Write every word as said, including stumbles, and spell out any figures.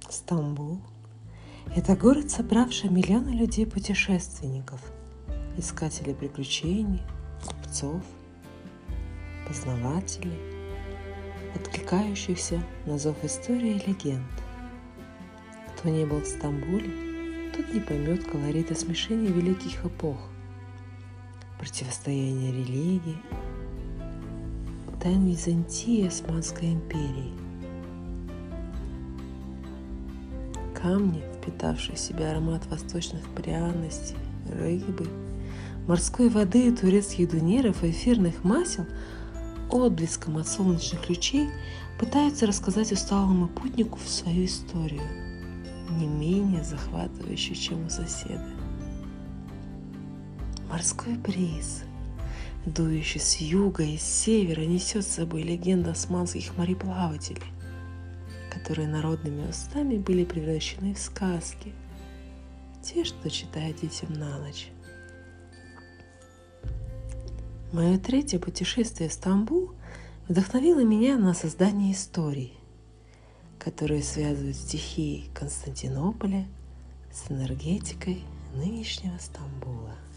Стамбул – это город, собравший миллионы людей-путешественников, искателей приключений, купцов, познавателей, откликающихся на зов истории и легенд. Кто не был в Стамбуле, тот не поймет колорита смешения великих эпох, противостояния религий, тайн Византии и Османской империи. Камни, впитавшие в себя аромат восточных пряностей, рыбы, морской воды и турецких дунеров и эфирных масел, отблеском от солнечных лучей пытаются рассказать усталому путнику свою историю, не менее захватывающую, чем у соседа. Морской бриз, дующий с юга и с севера, несет с собой легенду османских мореплавателей, которые народными устами были превращены в сказки, те, что читают детям на ночь. Мое третье путешествие в Стамбул вдохновило меня на создание историй, которые связывают стихии Константинополя с энергетикой нынешнего Стамбула.